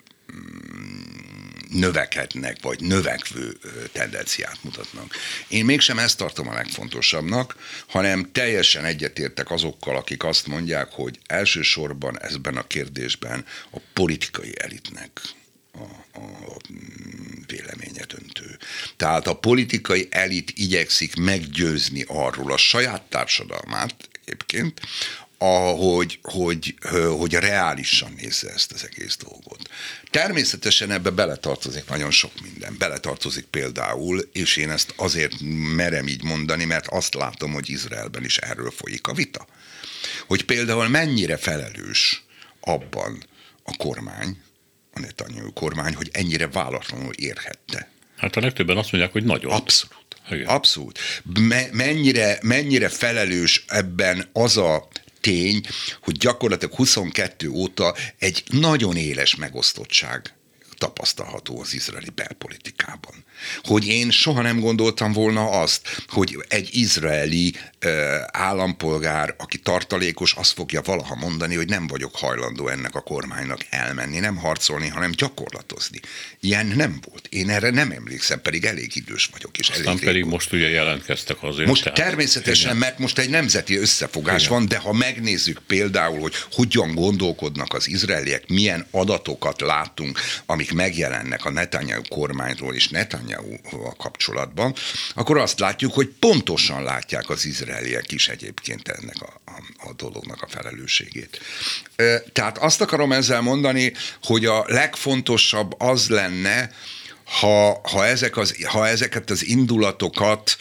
növekednek, vagy növekvő tendenciát mutatnak. Én mégsem ezt tartom a legfontosabbnak, hanem teljesen egyetértek azokkal, akik azt mondják, hogy elsősorban ezben a kérdésben a politikai elitnek a, a véleménye döntő. Tehát a politikai elit igyekszik meggyőzni arról a saját társadalmát egyébként, ahogy, hogy, hogy reálisan nézze ezt az egész dolgot. Természetesen ebbe beletartozik nagyon sok minden. Beletartozik például, és én ezt azért merem így mondani, mert azt látom, hogy Izraelben is erről folyik a vita. Hogy például mennyire felelős abban a kormány, a Netanyahu kormány, hogy ennyire váratlanul érhette. Hát a legtöbben azt mondják, hogy nagyon. Abszolút. Igen. Abszolút. Me- mennyire, mennyire felelős ebben az a tény, hogy gyakorlatilag huszonkettő óta egy nagyon éles megosztottság tapasztalható az izraeli belpolitikában. Hogy én soha nem gondoltam volna azt, hogy egy izraeli uh, állampolgár, aki tartalékos, azt fogja valaha mondani, hogy nem vagyok hajlandó ennek a kormánynak elmenni, nem harcolni, hanem gyakorlatozni. Ilyen nem volt. Én erre nem emlékszem, pedig elég idős vagyok. És Aztán elég pedig régóta. most ugye jelentkeztek azért. Most tehát, természetesen, igen. Mert most egy nemzeti összefogás igen. van, de ha megnézzük például, hogy hogyan gondolkodnak az izraeliek, milyen adatokat látunk, amik megjelennek a Netanyahu kormányról és Netanyahu-val kapcsolatban, akkor azt látjuk, hogy pontosan látják az izraeliek is egyébként ennek a, a, a dolognak a felelősségét. Tehát azt akarom ezzel mondani, hogy a legfontosabb az lenne, ha, ha, ezek az, ha ezeket az indulatokat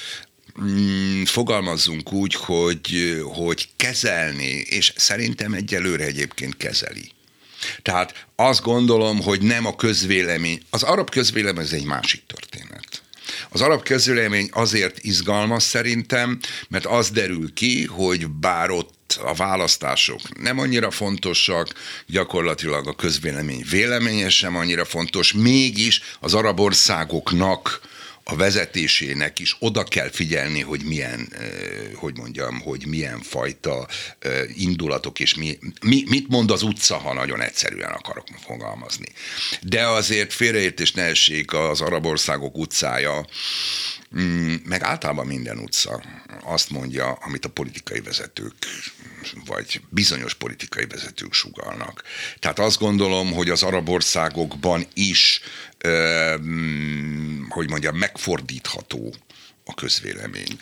mm, fogalmazzunk úgy, hogy, hogy kezelni, és szerintem egyelőre egyébként kezeli. Tehát azt gondolom, hogy nem a közvélemény, az arab közvélemény ez egy másik történet. Az arab közvélemény azért izgalmas szerintem, mert az derül ki, hogy bár ott a választások nem annyira fontosak, gyakorlatilag a közvélemény véleménye sem annyira fontos, mégis az arab országoknak a vezetésének is oda kell figyelni, hogy milyen, hogy mondjam, hogy milyen fajta indulatok, és mi, mi, mit mond az utca, ha nagyon egyszerűen akarok fogalmazni. De azért félreértés ne essék, az arab országok utcája, meg általában minden utca azt mondja, amit a politikai vezetők, vagy bizonyos politikai vezetők sugallnak. Tehát azt gondolom, hogy az arab országokban is, hogy mondjam, megfordítható a közvélemény.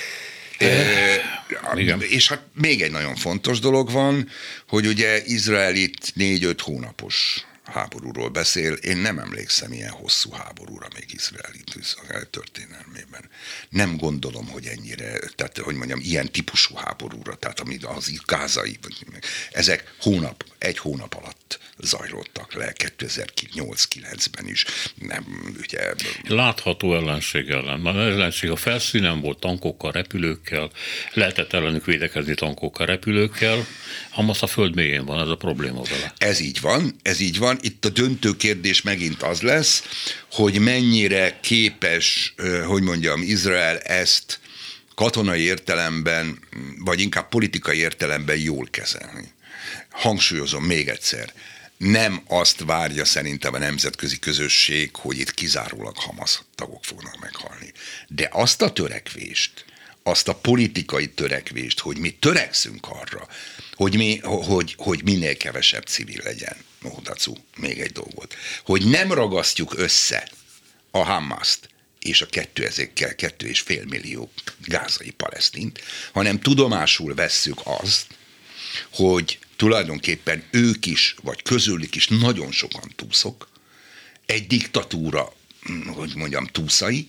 E, és hát még egy nagyon fontos dolog van, hogy ugye Izrael itt négy-öt hónapos háborúról beszél. Én nem emlékszem ilyen hosszú háborúra még Izrael történelmében. Nem gondolom, hogy ennyire, tehát hogy mondjam, ilyen típusú háborúra, tehát ami az gázai, ezek hónap, egy hónap alatt zajlottak le, kétezer-nyolc-kilencben is. Nem, ugye... Látható ellenség ellen. Az ellenség a felszínen volt tankokkal, repülőkkel, lehetett ellenük védekezni tankokkal, repülőkkel, Hamas a föld mélyén van, ez a probléma vele. Ez így van, ez így van, itt a döntő kérdés megint az lesz, hogy mennyire képes, hogy mondjam, Izrael ezt katonai értelemben, vagy inkább politikai értelemben jól kezelni. Hangsúlyozom még egyszer, nem azt várja szerintem a nemzetközi közösség, hogy itt kizárólag Hamasz tagok fognak meghalni. De azt a törekvést, azt a politikai törekvést, hogy mi törekszünk arra, hogy, mi, hogy, hogy minél kevesebb civil legyen. Dacu, még egy dolgot. Hogy nem ragasztjuk össze a Hamaszt és a kettő, ezekkel kettő és fél millió gázai palesztint, hanem tudomásul vesszük azt, hogy tulajdonképpen ők is, vagy közülük is nagyon sokan túszok, egy diktatúra, hogy mondjam, túszai.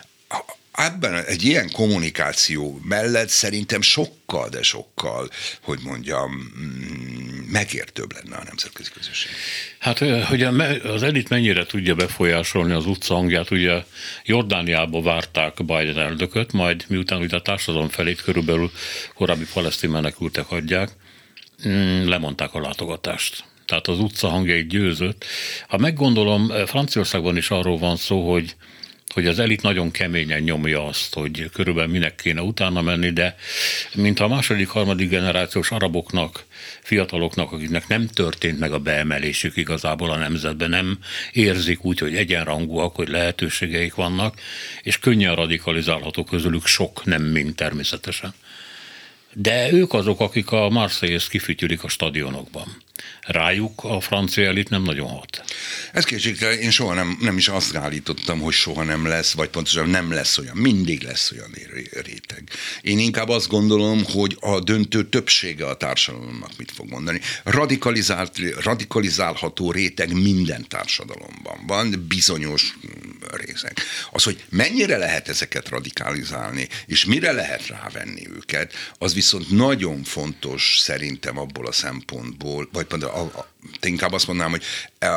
Ebben egy ilyen kommunikáció mellett szerintem sokkal, de sokkal, hogy mondjam, megértőbb lenne a nemzetközi közösség. Hát, hogy az elit mennyire tudja befolyásolni az utca hangját, ugye Jordániába várták Biden elnököt, majd miután ugye a társadalom felét körülbelül korábbi palesztin menekültek hagyják, lemondták a látogatást. Tehát az utca hangjai győzött. Ha meggondolom, Franciaországban is arról van szó, hogy hogy az elit nagyon keményen nyomja azt, hogy körülbelül minek kéne utána menni, de mintha a második, harmadik generációs araboknak, fiataloknak, akiknek nem történt meg a beemelésük igazából a nemzetben, nem érzik úgy, hogy egyenrangúak, hogy lehetőségeik vannak, és könnyen radikalizálható közülük sok, nem mind természetesen. De ők azok, akik a Marseille-t kifütyülik a stadionokban. Rájuk a francia elit nem nagyon hat. Ez kétségtelen, én soha nem, nem is azt állítottam, hogy soha nem lesz, vagy pontosan nem lesz olyan, mindig lesz olyan réteg. Én inkább azt gondolom, hogy a döntő többsége a társadalomnak mit fog mondani. Radikalizált, radikalizálható réteg minden társadalomban van, bizonyos részek. Az, hogy mennyire lehet ezeket radikalizálni, és mire lehet rávenni őket, az viszont nagyon fontos szerintem abból a szempontból, vagy a, a, inkább azt mondanám, hogy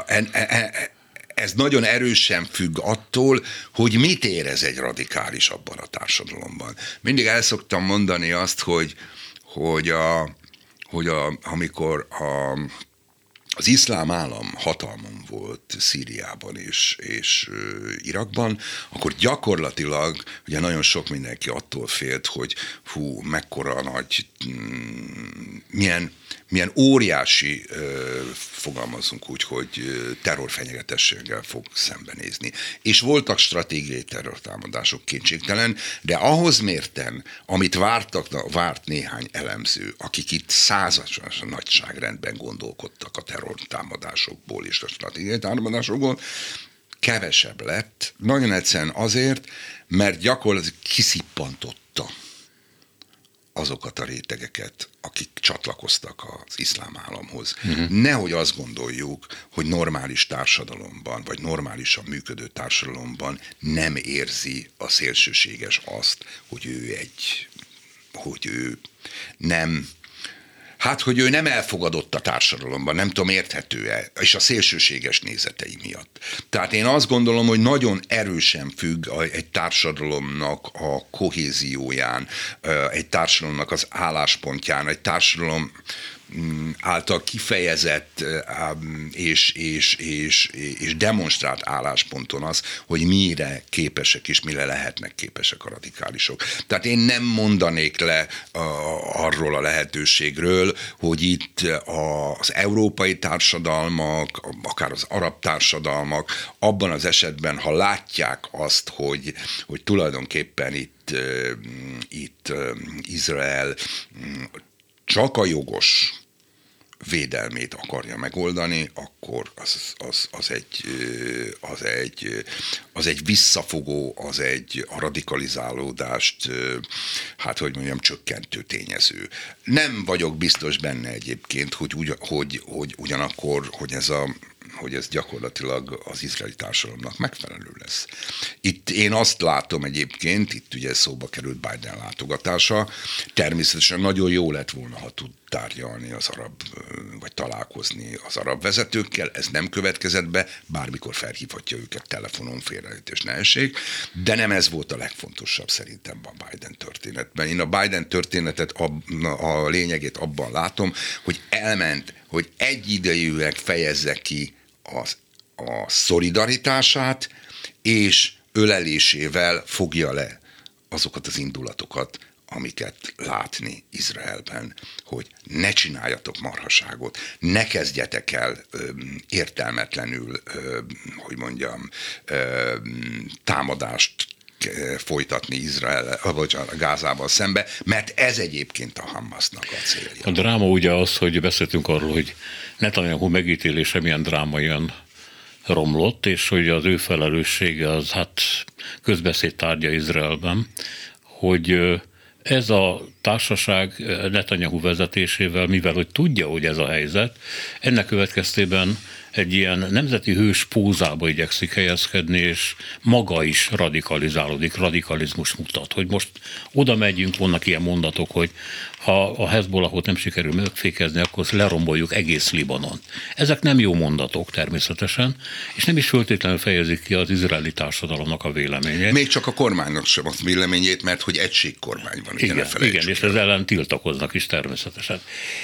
ez nagyon erősen függ attól, hogy mit érez egy radikális abban a társadalomban. Mindig el szoktam mondani azt, hogy, hogy, a, hogy a, amikor a, az iszlám állam hatalmon volt Szíriában és, és Irakban, akkor gyakorlatilag ugye nagyon sok mindenki attól félt, hogy hú, mekkora nagy, milyen milyen óriási, fogalmazunk úgy, hogy terrorfenyegetességgel fog szembenézni. És voltak stratégiai terrortámadások, kétségtelen, de ahhoz mérten, amit vártak, várt néhány elemző, akik itt százas nagyságrendben gondolkodtak a terrortámadásokból és a stratégiai támadásokból, kevesebb lett, nagyon egyszerűen azért, mert gyakorlatilag kiszippantotta azokat a rétegeket, akik csatlakoztak az iszlám államhoz. Uh-huh. Nehogy azt gondoljuk, hogy normális társadalomban, vagy normálisan működő társadalomban nem érzi a szélsőséges azt, hogy ő egy, hogy ő nem, hát, hogy ő nem elfogadott a társadalomban, nem tudom, érthető-e, és a szélsőséges nézetei miatt. Tehát én azt gondolom, hogy nagyon erősen függ egy társadalomnak a kohézióján, egy társadalomnak az álláspontján, egy társadalom által kifejezett és, és, és, és demonstrált állásponton az, hogy mire képesek és mire lehetnek képesek a radikálisok. Tehát én nem mondanék le arról a lehetőségről, hogy itt az európai társadalmak, akár az arab társadalmak abban az esetben, ha látják azt, hogy, hogy tulajdonképpen itt, itt Izrael csak a jogos védelmét akarja megoldani, akkor az, az, az, egy, az, egy, az egy visszafogó, az egy a radikalizálódást, hát hogy mondjam, csökkentő tényező. Nem vagyok biztos benne egyébként, hogy, ugy, hogy, hogy ugyanakkor, hogy ez a hogy ez gyakorlatilag az izraeli társadalomnak megfelelő lesz. Itt én azt látom egyébként, itt ugye szóba került Biden látogatása, természetesen nagyon jó lett volna, ha tud tárgyalni az arab, vagy találkozni az arab vezetőkkel, ez nem következett be, bármikor felhívhatja őket telefonon, félreértés ne essék, de nem ez volt a legfontosabb szerintem a Biden történetben. Én a Biden történetet, a, a lényegét abban látom, hogy elment, hogy egyidejűleg fejezze ki az, a szolidaritását és ölelésével fogja le azokat az indulatokat, amiket látni Izraelben, hogy ne csináljatok marhaságot, ne kezdjetek el ö, értelmetlenül, ö, hogy mondjam, ö, támadást folytatni Izrael, vagy a Gázával szembe, mert ez egyébként a Hamasnak a célja. A dráma ugye az, hogy beszéltünk arról, hogy Netanyahu megítélése milyen drámaian romlott, és hogy az ő felelőssége az hát közbeszéd tárgya Izraelben, hogy ez a társaság Netanyahu vezetésével, mivel hogy tudja, hogy ez a helyzet, ennek következtében egy ilyen nemzeti hős pózába igyekszik helyezkedni, és maga is radikalizálódik, radikalizmus mutat. Hogy most oda megyünk, vannak ilyen mondatok, hogy ha a Hezbollahot nem sikerül megfékezni, akkor leromboljuk egész Libanon. Ezek nem jó mondatok természetesen, és nem is föltétlenül fejezik ki az izraeli társadalomnak a véleményét. Még csak a kormánynak sem a véleményét, mert hogy egységkormány van. Igen, igen, és ez ellen tiltakoznak is természetesen.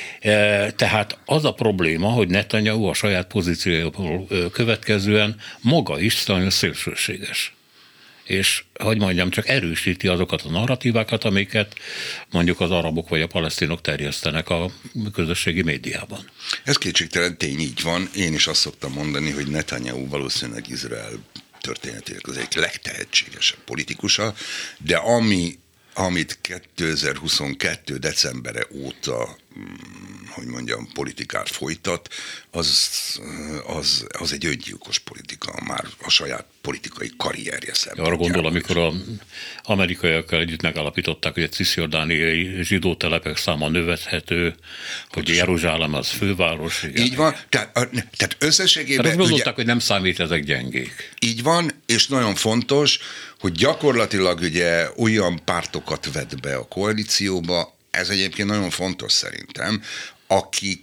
Tehát az a probléma, hogy Netanyahu a saját pozíciójából következően maga is nagyon szélsőséges. És, hogy mondjam, csak erősíti azokat a narratívákat, amiket mondjuk az arabok vagy a palesztinok terjesztenek a közösségi médiában. Ez kétségtelen tény, így van. Én is azt szoktam mondani, hogy Netanyahu valószínűleg Izrael történetének az egyik legtehetségesebb politikusa, de ami amit kétezer-huszonkettő decembere óta, hogy mondjam, politikát folytat, az, az, az egy öngyilkos politika, már a saját politikai karrierje szemben. Arra gondol, amikor az amerikaiakkal együtt megállapították, hogy a cisziordániai zsidó telepek száma növethető, hogy Jeruzsálem az főváros. Igen. Így van, tehát, tehát összességében... Tehát azt gondolták, ugye, hogy nem számít, ezek gyengék. Így van, és nagyon fontos, hogy gyakorlatilag ugye olyan pártokat vett be a koalícióba, ez egyébként nagyon fontos szerintem, akik,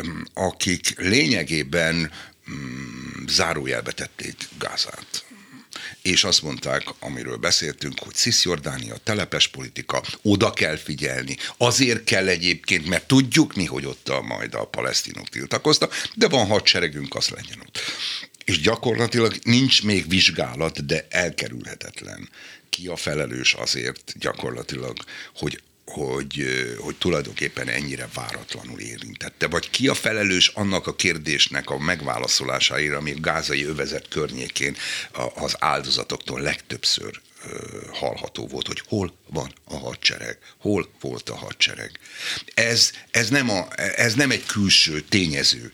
akik lényegében mm, zárójelbe tették Gázát. És azt mondták, amiről beszéltünk, hogy Cisjordánia, telepes politika, oda kell figyelni. Azért kell egyébként, mert tudjuk mi, hogy ott a, majd a palesztinok tiltakoztak, de van hadseregünk, az legyen ott. És gyakorlatilag nincs még vizsgálat, de elkerülhetetlen. Ki a felelős azért gyakorlatilag, hogy Hogy, hogy tulajdonképpen ennyire váratlanul érintette. Vagy ki a felelős annak a kérdésnek a megválaszolásáért, ami a gázai övezet környékén az áldozatoktól legtöbbször hallható volt, hogy hol van a hadsereg, hol volt a hadsereg. Ez, ez, nem, a, ez nem egy külső tényező.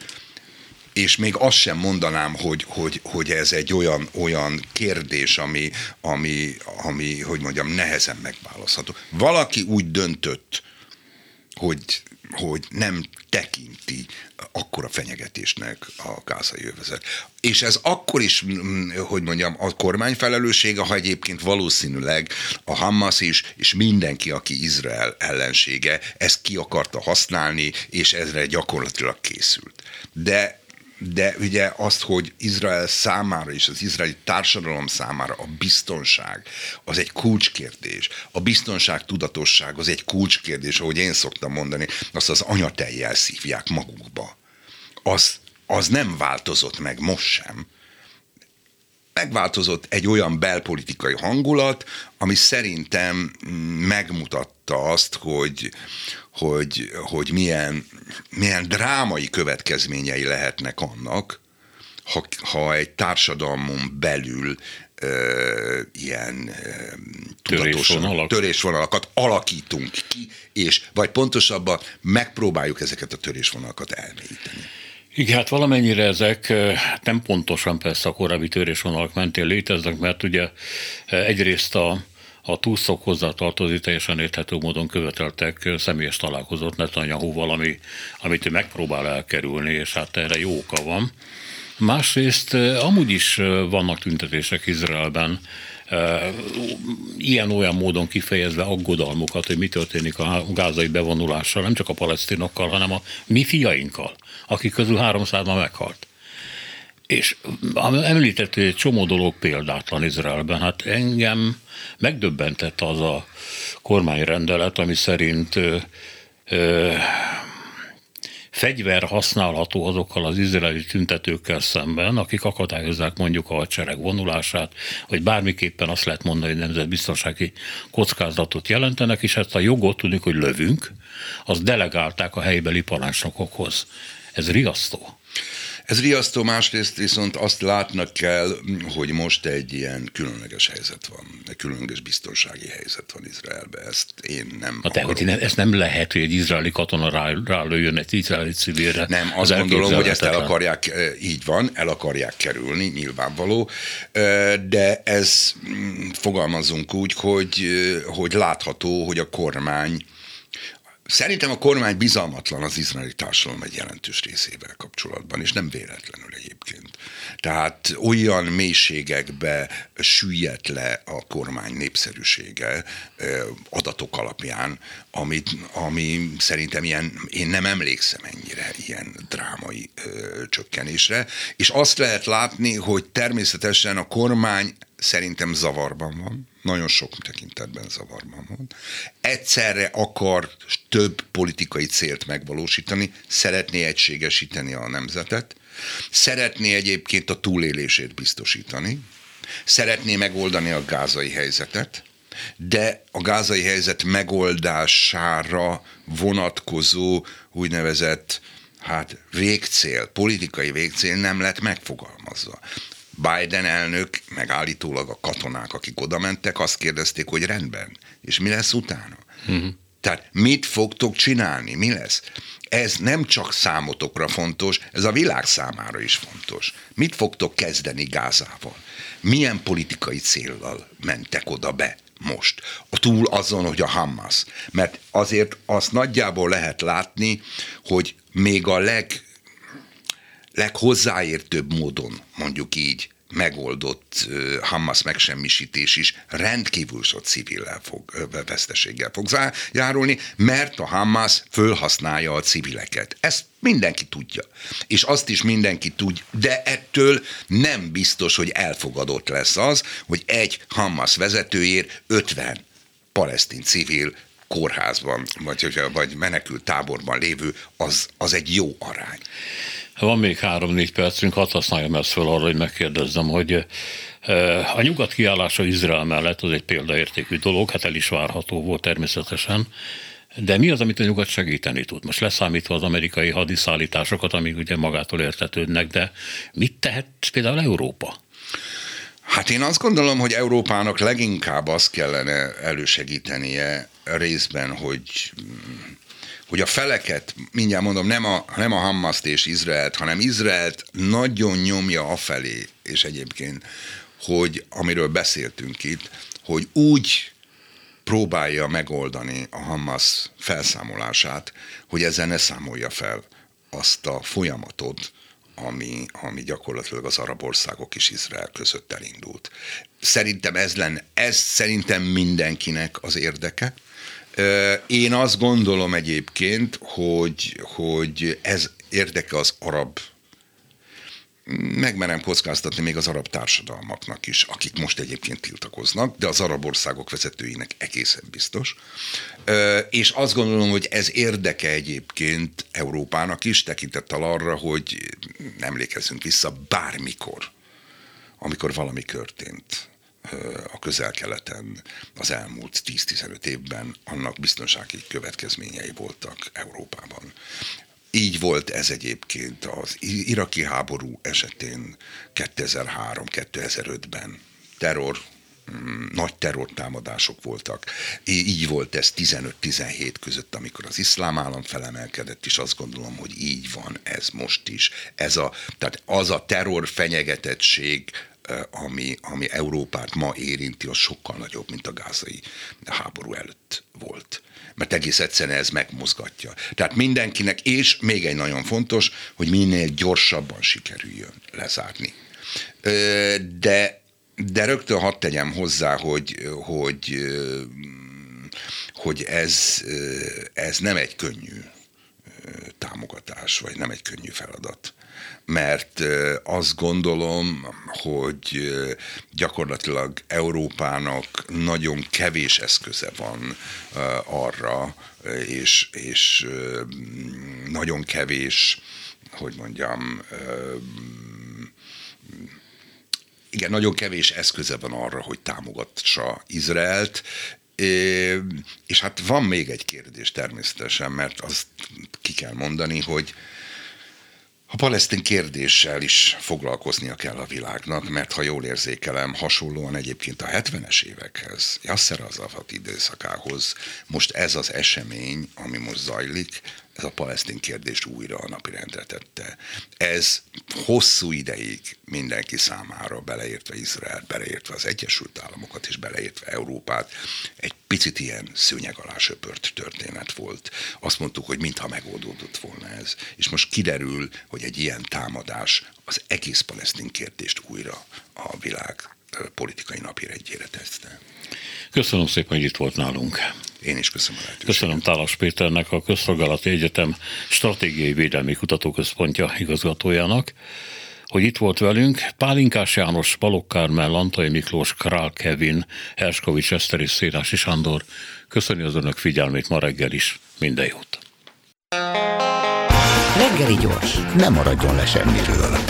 És még azt sem mondanám, hogy, hogy, hogy ez egy olyan, olyan kérdés, ami, ami, ami, hogy mondjam, nehezen megválasztható. Valaki úgy döntött, hogy, hogy nem tekinti akkora fenyegetésnek a gázai övezet. És ez akkor is, hogy mondjam, a kormány felelőssége, ha egyébként valószínűleg a Hamas is, és mindenki, aki Izrael ellensége, ezt ki akarta használni, és ezre gyakorlatilag készült. De De ugye azt, hogy Izrael számára és az izraeli társadalom számára a biztonság az egy kulcskérdés. A biztonság tudatosság az egy kulcskérdés, ahogy én szoktam mondani, azt az anyatejjel szívják magukba. Az, az nem változott meg most sem. Megváltozott egy olyan belpolitikai hangulat, ami szerintem megmutatta azt, hogy, hogy, hogy milyen, milyen drámai következményei lehetnek annak, ha, ha egy társadalmon belül ö, ilyen ö, tudatosan törésvonalakat alakítunk ki, és vagy pontosabban megpróbáljuk ezeket a törésvonalakat elmélyíteni. Igen, hát valamennyire ezek nem pontosan persze a korábbi törésvonalak mentén léteznek, mert ugye egyrészt a, a túszok hozzátartozni teljesen érthető módon követeltek személyes találkozót Netanyahuval, ami, amit ő megpróbál elkerülni, és hát erre jó oka van. Másrészt amúgy is vannak tüntetések Izraelben, ilyen-olyan módon kifejezve aggodalmukat, hogy mi történik a gázai bevonulással, nem csak a palesztinokkal, hanem a mi fiainkkal, akik közül háromszáz már meghalt. És említett, hogy egy csomó dolog példátlan Izraelben. Hát engem megdöbbentett az a kormányrendelet, ami szerint ö, ö, fegyver használható azokkal az izraeli tüntetőkkel szemben, akik akadályozzák mondjuk a hadsereg vonulását, vagy bármiképpen azt lehet mondani, hogy nemzetbiztonsági kockázatot jelentenek, és ezt a jogot tudjuk, hogy lövünk, azt delegálták a helybeli parancsnokokhoz. Ez riasztó. Ez riasztó, másrészt viszont azt látnak kell, hogy most egy ilyen különleges helyzet van, egy különleges biztonsági helyzet van Izraelben, ezt én nem Na de, hogy ne, ez nem lehet, hogy egy izraeli katona rá, rálőjön egy izraeli civilre. Nem, azt gondolom, hogy ezt el akarják, így van, el akarják kerülni, nyilvánvaló, de ez, fogalmazunk úgy, hogy, hogy látható, hogy a kormány, szerintem a kormány bizalmatlan az izraeli társadalom egy jelentős részével kapcsolatban, és nem véletlenül egyébként. Tehát olyan mélységekbe süllyedt le a kormány népszerűsége adatok alapján, amit, ami szerintem ilyen, én nem emlékszem ennyire ilyen drámai ö, csökkenésre, és azt lehet látni, hogy természetesen a kormány szerintem zavarban van, nagyon sok tekintetben zavarban van. Egyszerre akar több politikai célt megvalósítani, szeretné egységesíteni a nemzetet, szeretné egyébként a túlélését biztosítani, szeretné megoldani a gázai helyzetet, de a gázai helyzet megoldására vonatkozó úgynevezett hát végcél, politikai végcél nem lett megfogalmazva. Biden elnök, meg állítólag a katonák, akik oda mentek, azt kérdezték, hogy rendben, és mi lesz utána? Uh-huh. Tehát mit fogtok csinálni, mi lesz? Ez nem csak számotokra fontos, ez a világ számára is fontos. Mit fogtok kezdeni Gázával? Milyen politikai céllal mentek oda be most? A túl azon, hogy a Hamas. Mert azért azt nagyjából lehet látni, hogy még a leg leghozzáértőbb módon, mondjuk így, megoldott uh, Hamas megsemmisítés is rendkívül sok civillel fog, uh, veszteséggel fog járulni, mert a Hamas fölhasználja a civileket. Ezt mindenki tudja. És azt is mindenki tudja, de ettől nem biztos, hogy elfogadott lesz az, hogy egy Hamas vezetőért ötven palesztin civil kórházban, vagy, vagy menekült táborban lévő, az, az egy jó arány. Van még három-négy percünk, hadd használjam ezt fel arra, hogy megkérdezzem, hogy a nyugat kiállása Izrael mellett az egy példaértékű dolog, hát el is várható volt természetesen, de mi az, amit a nyugat segíteni tud? Most leszámítva az amerikai hadiszállításokat, amik ugye magától értetődnek, de mit tehet például Európa? Hát én azt gondolom, hogy Európának leginkább azt kellene elősegítenie részben, hogy hogy a feleket, mindjárt mondom, nem a, nem a Hamaszt és Izraelt, hanem Izraelt nagyon nyomja afelé, és egyébként, hogy amiről beszéltünk itt, hogy úgy próbálja megoldani a Hamas felszámolását, hogy ezzel ne számolja fel azt a folyamatot, ami, ami gyakorlatilag az arab országok és Izrael között elindult. Szerintem ez lenne, ez szerintem mindenkinek az érdeke. Én azt gondolom egyébként, hogy, hogy ez érdeke az arab, megmerem kockáztatni még az arab társadalmaknak is, akik most egyébként tiltakoznak, de az arab országok vezetőinek egészen biztos. És azt gondolom, hogy ez érdeke egyébként Európának is, tekintettel arra, hogy emlékezzünk vissza bármikor, amikor valami történt a Közel-Keleten az elmúlt tíz-tizenöt évben, annak biztonsági következményei voltak Európában. Így volt ez egyébként az iraki háború esetén kétezer-három-kétezer-ötben. Terror, nagy terrortámadások voltak. Így volt ez tizenöt-tizenhét között, amikor az iszlám állam felemelkedett, és azt gondolom, hogy így van ez most is. Ez a, tehát az a terror fenyegetettség, Ami, ami Európát ma érinti, az sokkal nagyobb, mint a gázai háború előtt volt. Mert egész egyszerűen ez megmozgatja. Tehát mindenkinek, és még egy nagyon fontos, hogy minél gyorsabban sikerüljön lezárni. De, de rögtön hadd tegyem hozzá, hogy, hogy, hogy ez, ez nem egy könnyű támogatás, vagy nem egy könnyű feladat. mert azt gondolom, hogy gyakorlatilag Európának nagyon kevés eszköze van arra, és, és nagyon kevés, hogy mondjam, igen, nagyon kevés eszköze van arra, hogy támogassa Izraelt, és hát van még egy kérdés természetesen, mert azt ki kell mondani, hogy a palesztin kérdéssel is foglalkoznia kell a világnak, mert ha jól érzékelem, hasonlóan egyébként a hetvenes évekhez, Yasser Arafat időszakához, most ez az esemény, ami most zajlik, ez a palesztin kérdést újra a napirendre tette. Ez hosszú ideig mindenki számára, beleértve Izrael, beleértve az Egyesült Államokat és beleértve Európát, egy picit ilyen szőnyeg alá söpört történet volt. Azt mondtuk, hogy mintha megoldódott volna ez. És most kiderül, hogy egy ilyen támadás az egész palesztin kérdést újra a világ politikai napirendjére tette. Köszönöm szépen, hogy itt volt nálunk. Én is köszönöm a lehetőséget. Köszönöm Tálas Péternek, a Közszolgálati Egyetem Stratégiai Védelmi Kutatóközpontja igazgatójának, hogy itt volt velünk. Pálinkás János, Balogh Kármán, Lantai Miklós, Král Kevin, Herskovics Eszter és Szénási Sándor. Köszönjük az önök figyelmét ma reggel is. Minden jót! Reggeli gyors, ne maradjon le semmiről.